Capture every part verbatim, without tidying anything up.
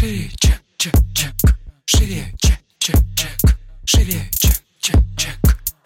Шире, чек, чек, чек. Шире, чек, чек, чек. Шире, чек, чек, чек.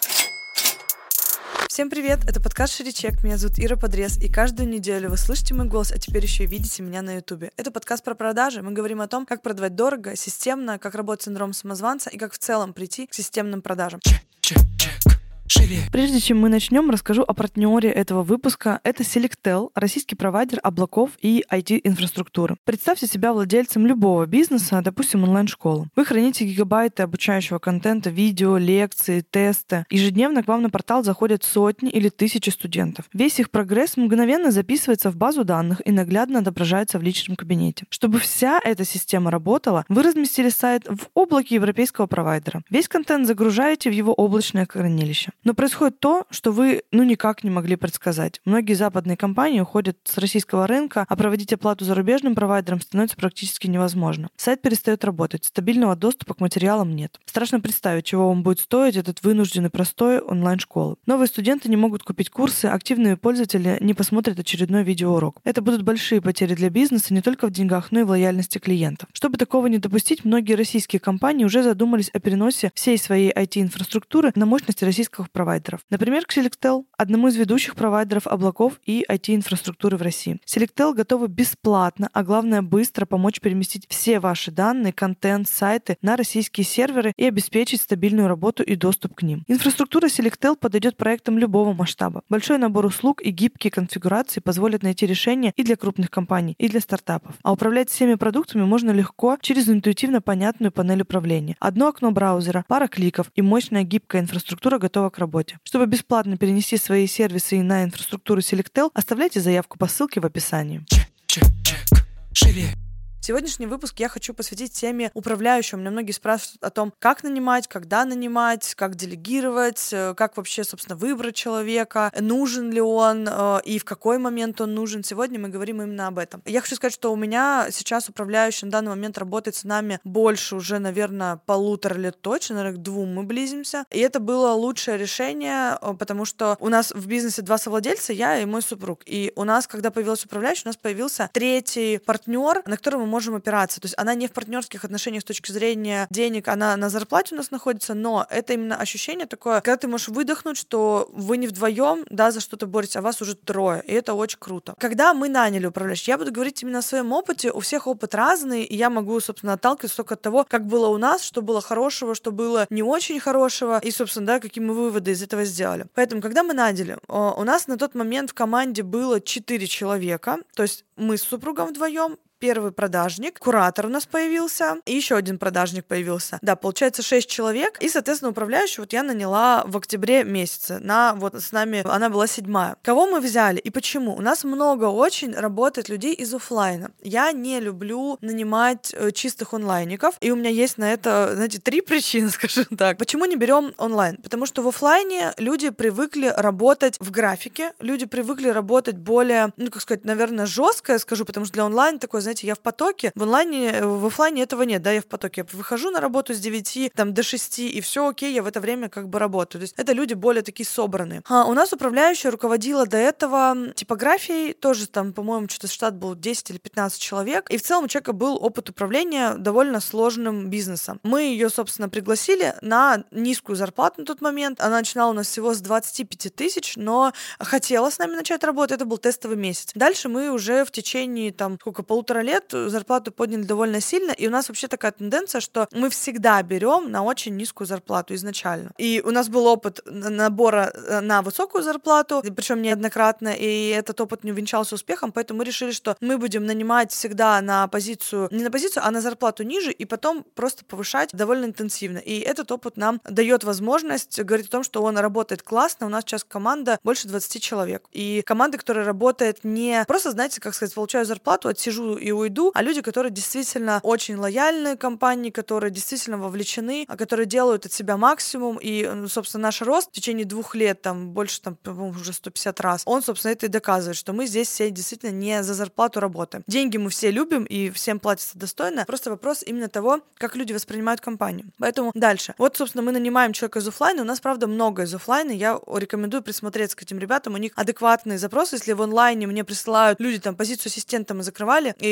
Всем привет, это подкаст «Шире-чек», меня зовут Ира Подрез, и каждую неделю вы слышите мой голос, а теперь еще и видите меня на ютубе. Это подкаст про продажи, мы говорим о том, как продавать дорого, системно, как работает синдром самозванца и как в целом прийти к системным продажам. Чек, чек, чек. Шире. Прежде чем мы начнем, расскажу о партнере этого выпуска. Это Selectel, российский провайдер облаков и ай ти-инфраструктуры. Представьте себя владельцем любого бизнеса, допустим, онлайн-школы. Вы храните гигабайты обучающего контента, видео, лекции, тесты. Ежедневно к вам на портал заходят сотни или тысячи студентов. Весь их прогресс мгновенно записывается в базу данных и наглядно отображается в личном кабинете. Чтобы вся эта система работала, вы разместили сайт в облаке европейского провайдера. Весь контент загружаете в его облачное хранилище. Но происходит то, что вы ну никак не могли предсказать. Многие западные компании уходят с российского рынка, а проводить оплату зарубежным провайдерам становится практически невозможно. Сайт перестает работать, стабильного доступа к материалам нет. Страшно представить, чего вам будет стоить этот вынужденный простой онлайн-школы. Новые студенты не могут купить курсы, активные пользователи не посмотрят очередной видеоурок. Это будут большие потери для бизнеса не только в деньгах, но и в лояльности клиентов. Чтобы такого не допустить, многие российские компании уже задумались о переносе всей своей ай ти-инфраструктуры на мощности российского провайдеров. Например, к Selectel, одному из ведущих провайдеров облаков и ай ти-инфраструктуры в России. Selectel готовы бесплатно, а главное быстро помочь переместить все ваши данные, контент, сайты на российские серверы и обеспечить стабильную работу и доступ к ним. Инфраструктура Selectel подойдет проектам любого масштаба. Большой набор услуг и гибкие конфигурации позволят найти решения и для крупных компаний, и для стартапов. А управлять всеми продуктами можно легко через интуитивно понятную панель управления. Одно окно браузера, пара кликов, и мощная гибкая инфраструктура готова к работе. Чтобы бесплатно перенести свои сервисы на инфраструктуру Selectel, оставляйте заявку по ссылке в описании. Чек, чек, чек. Шире. Сегодняшний выпуск я хочу посвятить теме управляющего. Меня многие спрашивают о том, как нанимать, когда нанимать, как делегировать, как вообще, собственно, выбрать человека, нужен ли он и в какой момент он нужен. Сегодня мы говорим именно об этом. Я хочу сказать, что у меня сейчас управляющий на данный момент работает с нами больше уже, наверное, полутора лет точно, наверное, к двум мы близимся. И это было лучшее решение, потому что у нас в бизнесе два совладельца, я и мой супруг. И у нас, когда появился управляющий, у нас появился третий партнер, на которого мы можем опираться. То есть она не в партнерских отношениях с точки зрения денег, она на зарплате у нас находится, но это именно ощущение такое, когда ты можешь выдохнуть, что вы не вдвоем, да, за что-то боретесь, а вас уже трое, и это очень круто. Когда мы наняли управляющего, я буду говорить именно о своем опыте, у всех опыт разный, и я могу, собственно, отталкиваться только от того, как было у нас, что было хорошего, что было не очень хорошего, и, собственно, да, какие мы выводы из этого сделали. Поэтому, когда мы наняли, у нас на тот момент в команде было четыре человека, то есть мы с супругом вдвоем, первый продажник, куратор у нас появился, и еще один продажник появился. Да, получается шесть человек, и, соответственно, управляющую вот я наняла в октябре месяце. На, вот с нами она была седьмая. Кого мы взяли и почему? У нас много очень работает людей из офлайна. Я не люблю нанимать э, чистых онлайников, и у меня есть на это, знаете, три причины, скажем так. Почему не берем онлайн? Потому что в офлайне люди привыкли работать в графике, люди привыкли работать более, ну, как сказать, наверное, жестко, я скажу, потому что для онлайна такое, знаете, я в потоке, в онлайне, в офлайне этого нет, да, я в потоке. Я выхожу на работу с девяти там, до шести, и все окей, я в это время как бы работаю. То есть это люди более такие собранные. А у нас управляющая руководила до этого типографией, тоже там, по-моему, что-то штат был десять или пятнадцать человек, и в целом у человека был опыт управления довольно сложным бизнесом. Мы ее, собственно, пригласили на низкую зарплату на тот момент. Она начинала у нас всего с двадцати пяти тысяч, но хотела с нами начать работать, это был тестовый месяц. Дальше мы уже в течение там сколько, полутора лет зарплату подняли довольно сильно, и у нас вообще такая тенденция, что мы всегда берем на очень низкую зарплату изначально. И у нас был опыт набора на высокую зарплату, причем неоднократно, и этот опыт не увенчался успехом, поэтому мы решили, что мы будем нанимать всегда на позицию, не на позицию, а на зарплату ниже, и потом просто повышать довольно интенсивно. И этот опыт нам дает возможность говорить о том, что он работает классно. У нас сейчас команда больше двадцати человек. И команда, которая работает не просто, знаете, как сказать, получаю зарплату, отсижу и уйду, а люди, которые действительно очень лояльные компании, которые действительно вовлечены, а которые делают от себя максимум. И, собственно, наш рост в течение двух лет, там, больше, там, по-моему, уже сто пятьдесят раз, он, собственно, это и доказывает, что мы здесь все действительно не за зарплату работаем. Деньги мы все любим, и всем платится достойно. Просто вопрос именно того, как люди воспринимают компанию. Поэтому дальше. Вот, собственно, мы нанимаем человека из офлайна. У нас, правда, много из офлайна. Я рекомендую присмотреться к этим ребятам. У них адекватные запросы. Если в онлайне мне присылают люди, там, позицию ассистента мы закрывали, и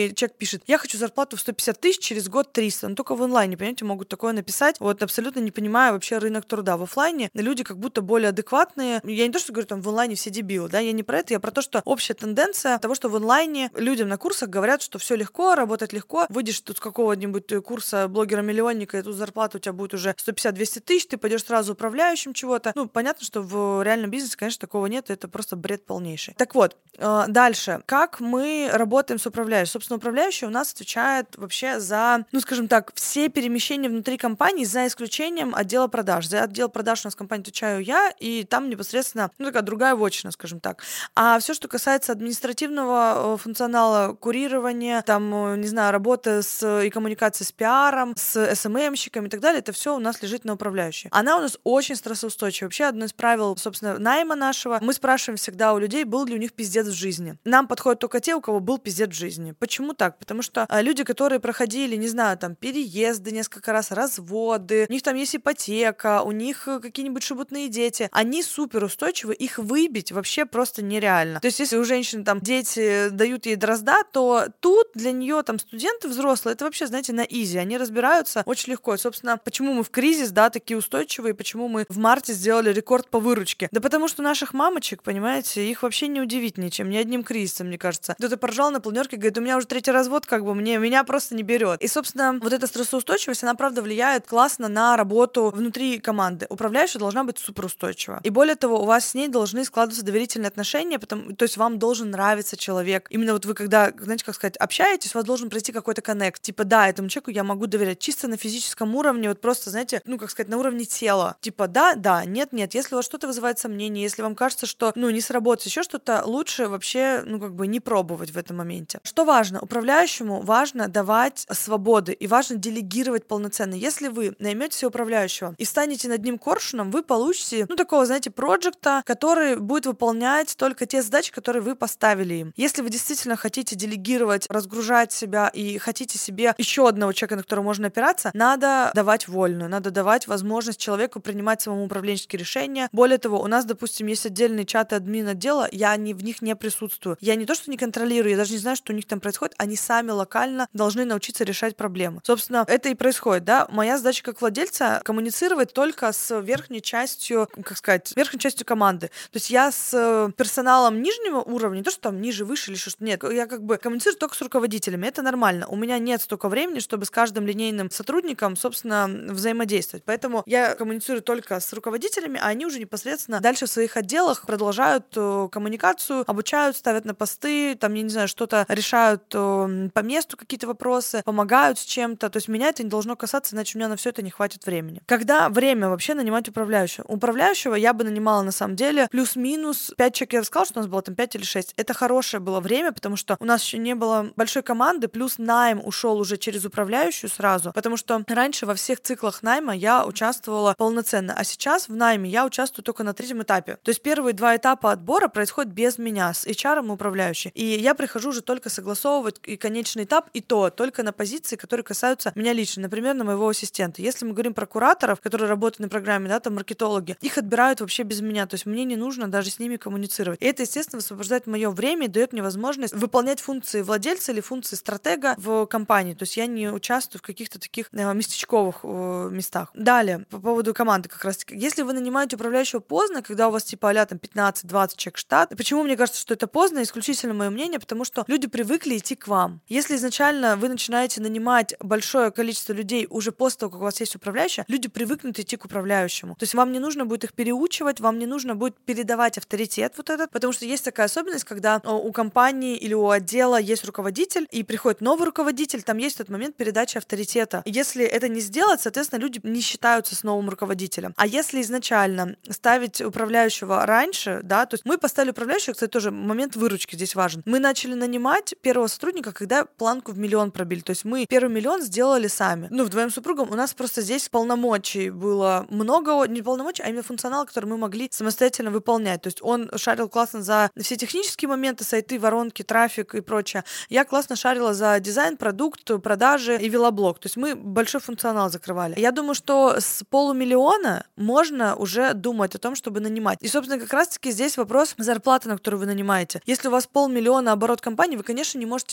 и человек пишет, я хочу зарплату в сто пятьдесят тысяч, через год триста. Ну, только в онлайне, понимаете, могут такое написать. Вот абсолютно не понимая вообще рынок труда. В офлайне люди как будто более адекватные. Я не то, что говорю, там в онлайне все дебилы, да, я не про это, я про то, что общая тенденция того, что в онлайне людям на курсах говорят, что все легко, работать легко. Выйдешь тут с какого-нибудь курса блогера-миллионника, и тут зарплата у тебя будет уже сто пятьдесят - двести тысяч, ты пойдешь сразу управляющим чего-то. Ну, понятно, что в реальном бизнесе, конечно, такого нет, это просто бред полнейший. Так вот, э, дальше. Как мы работаем с управляющим? Собственно, управляющий у нас отвечает вообще за, ну, скажем так, все перемещения внутри компании, за исключением отдела продаж. За отдел продаж у нас в компании отвечаю я, и там непосредственно, ну, такая другая вотчина, скажем так. А все, что касается административного э, функционала, курирования, там, э, не знаю, работы с, и коммуникации с пиаром, с эс эм эм-щиками и так далее, это все у нас лежит на управляющей. Она у нас очень стрессоустойчивая. Вообще, одно из правил, собственно, найма нашего, мы спрашиваем всегда у людей, был ли у них пиздец в жизни. Нам подходят только те, у кого был пиздец в жизни. Почему так? Потому что а, люди, которые проходили, не знаю, там, переезды несколько раз, разводы, у них там есть ипотека, у них э, какие-нибудь шебутные дети, они супер устойчивы, их выбить вообще просто нереально. То есть, если у женщины там дети дают ей дрозда, то тут для нее там студенты взрослые, это вообще, знаете, на изи, они разбираются очень легко. И, собственно, почему мы в кризис, да, такие устойчивые, почему мы в марте сделали рекорд по выручке? Да потому что наших мамочек, понимаете, их вообще не удивить ничем, ни одним кризисом, мне кажется. Кто-то поржал на планерке, говорит, у меня уже третий развод, как бы, мне, меня просто не берет. И, собственно, вот эта стрессоустойчивость, она, правда, влияет классно на работу внутри команды. Управляющая должна быть суперустойчива. И более того, у вас с ней должны складываться доверительные отношения, потому, то есть вам должен нравиться человек. Именно вот вы, когда, знаете, как сказать, общаетесь, у вас должен пройти какой-то коннект. Типа, да, этому человеку я могу доверять чисто на физическом уровне, вот просто, знаете, ну, как сказать, на уровне тела. Типа, да, да, нет, нет. Если у вас что-то вызывает сомнения, если вам кажется, что, ну, не сработает еще что-то, лучше вообще, ну, как бы не пробовать в этом моменте. Что важно? Управляющему важно давать свободы и важно делегировать полноценно. Если вы наймете себе управляющего и станете над ним коршуном, вы получите, ну, такого, знаете, проекта, который будет выполнять только те задачи, которые вы поставили им. Если вы действительно хотите делегировать, разгружать себя и хотите себе еще одного человека, на которого можно опираться, надо давать вольную, надо давать возможность человеку принимать самому управленческие решения. Более того, у нас, допустим, есть отдельные чаты админ отдела, я не, в них не присутствую. Я не то, что не контролирую, я даже не знаю, что у них там происходит, они сами локально должны научиться решать проблемы. Собственно, это и происходит, да. Моя задача как владельца коммуницировать только с верхней частью, как сказать, верхней частью команды. То есть я с персоналом нижнего уровня, не то, что там ниже, выше или что-то, нет, я как бы коммуницирую только с руководителями, это нормально. У меня нет столько времени, чтобы с каждым линейным сотрудником, собственно, взаимодействовать. Поэтому я коммуницирую только с руководителями, а они уже непосредственно дальше в своих отделах продолжают э, коммуникацию, обучают, ставят на посты, там, я не знаю, что-то решают э, по месту какие-то вопросы, помогают с чем-то. То есть меня это не должно касаться, иначе у меня на все это не хватит времени. Когда время вообще нанимать управляющего? Управляющего я бы нанимала на самом деле плюс-минус пять человек. Я рассказала, что у нас было там пять или шесть. Это хорошее было время, потому что у нас еще не было большой команды, плюс найм ушел уже через управляющую сразу, потому что раньше во всех циклах найма я участвовала полноценно, а сейчас в найме я участвую только на третьем этапе. То есть первые два этапа отбора происходят без меня, с эйч ар и управляющей. И я прихожу уже только согласовывать и конечный этап, и то только на позиции, которые касаются меня лично, например, на моего ассистента. Если мы говорим про кураторов, которые работают на программе, да, там маркетологи, их отбирают вообще без меня, то есть мне не нужно даже с ними коммуницировать. И это, естественно, высвобождает мое время и дает мне возможность выполнять функции владельца или функции стратега в компании. То есть я не участвую в каких-то таких э, местечковых э, местах. Далее, по поводу команды как раз. Если вы нанимаете управляющего поздно, когда у вас типа а-ля там пятнадцать-двадцать человек штат, почему мне кажется, что это поздно? Исключительно мое мнение, потому что люди привыкли идти к вам. Если изначально вы начинаете нанимать большое количество людей уже после того, как у вас есть управляющий, люди привыкнут идти к управляющему. То есть вам не нужно будет их переучивать, вам не нужно будет передавать авторитет вот этот, потому что есть такая особенность, когда у компании или у отдела есть руководитель, и приходит новый руководитель, там есть тот момент передачи авторитета. Если это не сделать, соответственно, люди не считаются с новым руководителем. А если изначально ставить управляющего раньше, да, то есть мы поставили управляющего, кстати, тоже момент выручки здесь важен. Мы начали нанимать первого сотрудника, когда планку в миллион пробили. То есть мы первый миллион сделали сами. Ну, вдвоем с супругом у нас просто здесь полномочий было много, не полномочий, а именно функционал, который мы могли самостоятельно выполнять. То есть он шарил классно за все технические моменты, сайты, воронки, трафик и прочее. Я классно шарила за дизайн, продукт, продажи и велоблог. То есть мы большой функционал закрывали. Я думаю, что с полумиллиона можно уже думать о том, чтобы нанимать. И, собственно, как раз-таки здесь вопрос зарплаты, на которую вы нанимаете. Если у вас полмиллиона оборот компании, вы, конечно, не можете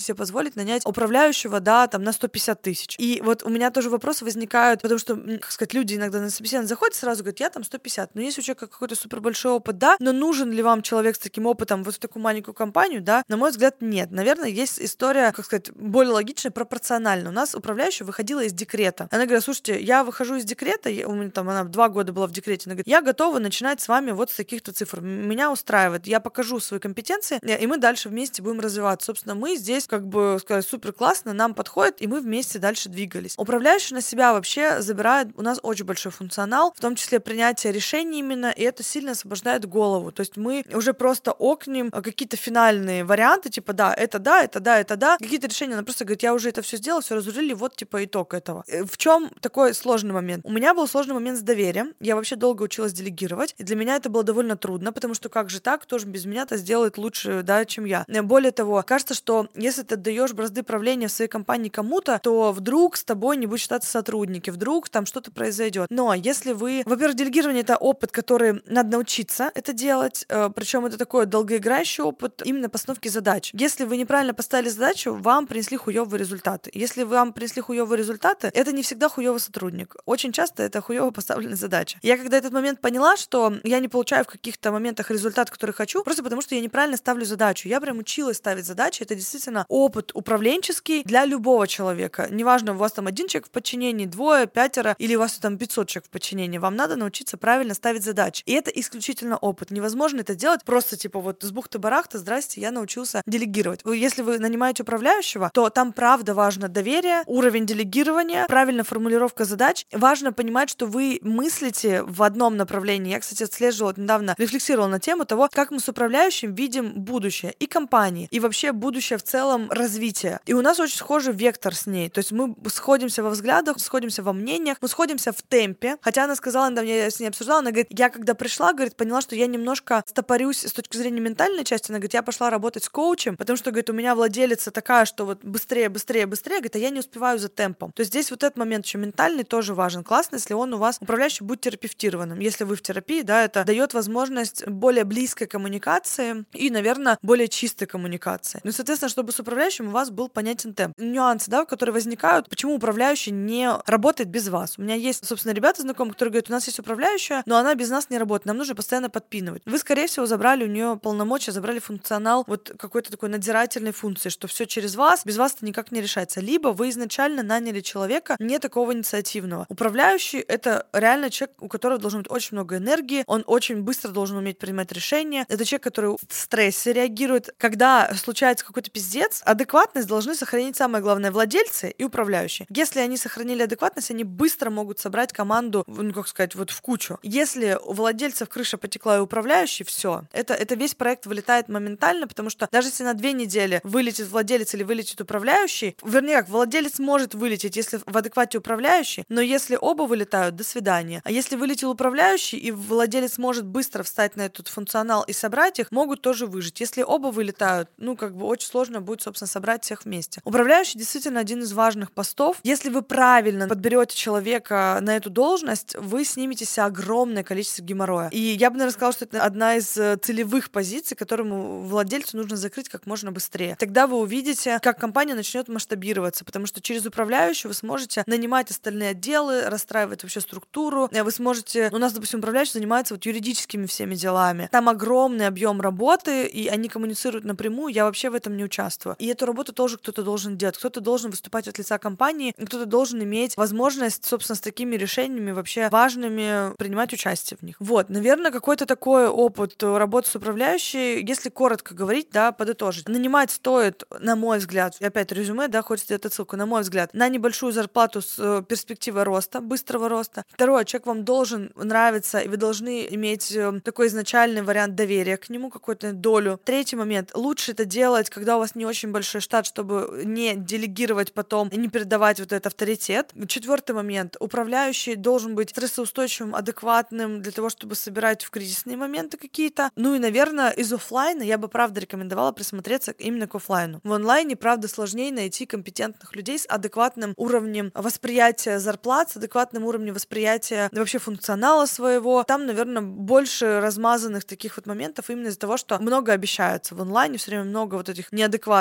себе позволить нанять управляющего, да, там, на сто пятьдесят тысяч. И вот у меня тоже вопросы возникают, потому что, как сказать, люди иногда на собеседование заходят, сразу говорят, я там сто пятьдесят. Но если у человека какой-то супер большой опыт, да, но нужен ли вам человек с таким опытом вот в такую маленькую компанию, да, на мой взгляд, нет. Наверное, есть история, как сказать, более логичная, пропорциональна. У нас управляющая выходила из декрета. Она говорит, слушайте, я выхожу из декрета, я, у меня там, она два года была в декрете, она говорит, я готова начинать с вами вот с таких-то цифр. Меня устраивает, я покажу свои компетенции, и мы дальше вместе будем развиваться. Собственно, мы здесь, как бы, сказать, супер классно, нам подходит, и мы вместе дальше двигались. Управляющий на себя вообще забирает у нас очень большой функционал, в том числе принятие решений именно, и это сильно освобождает голову. То есть мы уже просто окнем какие-то финальные варианты, типа, да, это да, это да, это да. Какие-то решения, она просто говорит, я уже это все сделала, все разрулили, вот, типа, итог этого. В чем такой сложный момент? У меня был сложный момент с доверием. Я вообще долго училась делегировать, и для меня это было довольно трудно, потому что как же так, кто же без меня-то сделает лучше, да, чем я. Более того, кажется, что если ты отдаешь бразды правления в своей компании кому-то, то вдруг с тобой не будут считаться сотрудники, вдруг там что-то произойдет. Но если вы, во-первых, делегирование — это опыт, который надо научиться это делать, причем это такой долгоиграющий опыт именно постановки задач. Если вы неправильно поставили задачу, вам принесли хуёвые результаты. Если вам принесли хуёвые результаты, это не всегда хуёвый сотрудник. Очень часто это хуёво поставленная задача. Я когда этот момент поняла, что я не получаю в каких-то моментах результат, который хочу, просто потому что я неправильно ставлю задачу. Я прям училась ставить задачи. Это действительно опыт управленческий для любого человека. Неважно, у вас там один человек в подчинении, двое, пятеро, или у вас там пятьсот человек в подчинении. Вам надо научиться правильно ставить задачи. И это исключительно опыт. Невозможно это делать просто типа вот с бухты-барахта, здрасте, я научился делегировать. Если вы нанимаете управляющего, то там правда важно доверие, уровень делегирования, правильная формулировка задач. Важно понимать, что вы мыслите в одном направлении. Я, кстати, отслеживала недавно, рефлексировала на тему того, как мы с управляющим видим будущее и компании, и вообще будущее в целом развития. И у нас очень схожий вектор с ней. То есть мы сходимся во взглядах, сходимся во мнениях, мы сходимся в темпе. Хотя она сказала, недавно я с ней обсуждала, она говорит, я когда пришла, говорит, поняла, что я немножко стопорюсь с точки зрения ментальной части. Она говорит, я пошла работать с коучем, потому что, говорит, у меня владелица такая, что вот быстрее, быстрее, быстрее, говорит, а я не успеваю за темпом. То есть здесь вот этот момент еще ментальный тоже важен. Классно, если он у вас, управляющий, будет терапевтированным. Если вы в терапии, да, это дает возможность более близкой коммуникации и, наверное, более чистой коммуникации. Ну, соответственно, чтобы с управляющим у вас был понятен темп. Нюансы, да, которые возникают, почему управляющий не работает без вас. У меня есть, собственно, ребята знакомые, которые говорят, у нас есть управляющая, но она без нас не работает, нам нужно постоянно подпинывать. Вы, скорее всего, забрали у нее полномочия, забрали функционал вот какой-то такой надзирательной функции, что все через вас, без вас это никак не решается. Либо вы изначально наняли человека не такого инициативного. Управляющий — это реально человек, у которого должно быть очень много энергии, он очень быстро должен уметь принимать решения. Это человек, который в стрессе реагирует. Когда случается какой-то пиздец, адекватность должны сохранить, самое главное, владельцы и управляющие. Если они сохранили адекватность, они быстро могут собрать команду, ну, как сказать, вот в кучу. Если у владельцев крыша потекла и управляющий, все, это, это весь проект вылетает моментально, потому что даже если на две недели вылетит владелец или вылетит управляющий, вернее, как, владелец может вылететь, если в адеквате управляющий, но если оба вылетают, до свидания. А если вылетел управляющий и владелец может быстро встать на этот функционал и собрать их, могут тоже выжить. Если оба вылетают, ну, как бы очень сложно будет, собственно, собрать всех вместе. Управляющий действительно один из важных постов. Если вы правильно подберете человека на эту должность, вы снимете себе огромное количество геморроя. И я бы, наверное, сказала, что это одна из целевых позиций, которому владельцу нужно закрыть как можно быстрее. Тогда вы увидите, как компания начнет масштабироваться, потому что через управляющего вы сможете нанимать остальные отделы, расстраивать вообще структуру. Вы сможете... У нас, допустим, управляющий занимается вот юридическими всеми делами. Там огромный объем работы, и они коммуницируют напрямую. Я вообще в этом не участвую. И эту работу тоже кто-то должен делать. Кто-то должен выступать от лица компании, кто-то должен иметь возможность, собственно, с такими решениями вообще важными принимать участие в них. Вот, наверное, какой-то такой опыт работы с управляющей, если коротко говорить, да, подытожить. Нанимать стоит, на мой взгляд, и опять резюме, да, хочется сделать отсылку, на мой взгляд, на небольшую зарплату с перспективой роста, быстрого роста. Второе, человек вам должен нравиться, и вы должны иметь такой изначальный вариант доверия к нему, какую-то долю. Третий момент. Лучше это делать, когда у вас не очень большой штат, чтобы не делегировать потом и не передавать вот этот авторитет. Четвертый момент. Управляющий должен быть стрессоустойчивым, адекватным для того, чтобы собирать в кризисные моменты какие-то. Ну и, наверное, из офлайна я бы, правда, рекомендовала присмотреться именно к офлайну. В онлайне, правда, сложнее найти компетентных людей с адекватным уровнем восприятия зарплат, с адекватным уровнем восприятия вообще функционала своего. Там, наверное, больше размазанных таких вот моментов именно из-за того, что много обещаются. В онлайне все время много вот этих неадекватных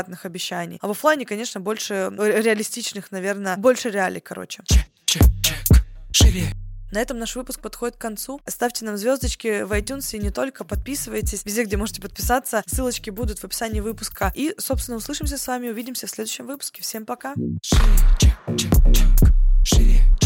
адекватных обещаний. А в оффлайне, конечно, больше реалистичных, наверное, больше реалий, короче. Чек, чек, чек. Шире. На этом наш выпуск подходит к концу. Ставьте нам звездочки в iTunes и не только. Подписывайтесь везде, где можете подписаться. Ссылочки будут в описании выпуска. И, собственно, услышимся с вами, увидимся в следующем выпуске. Всем пока! Шире, чек, чек, чек. Шире.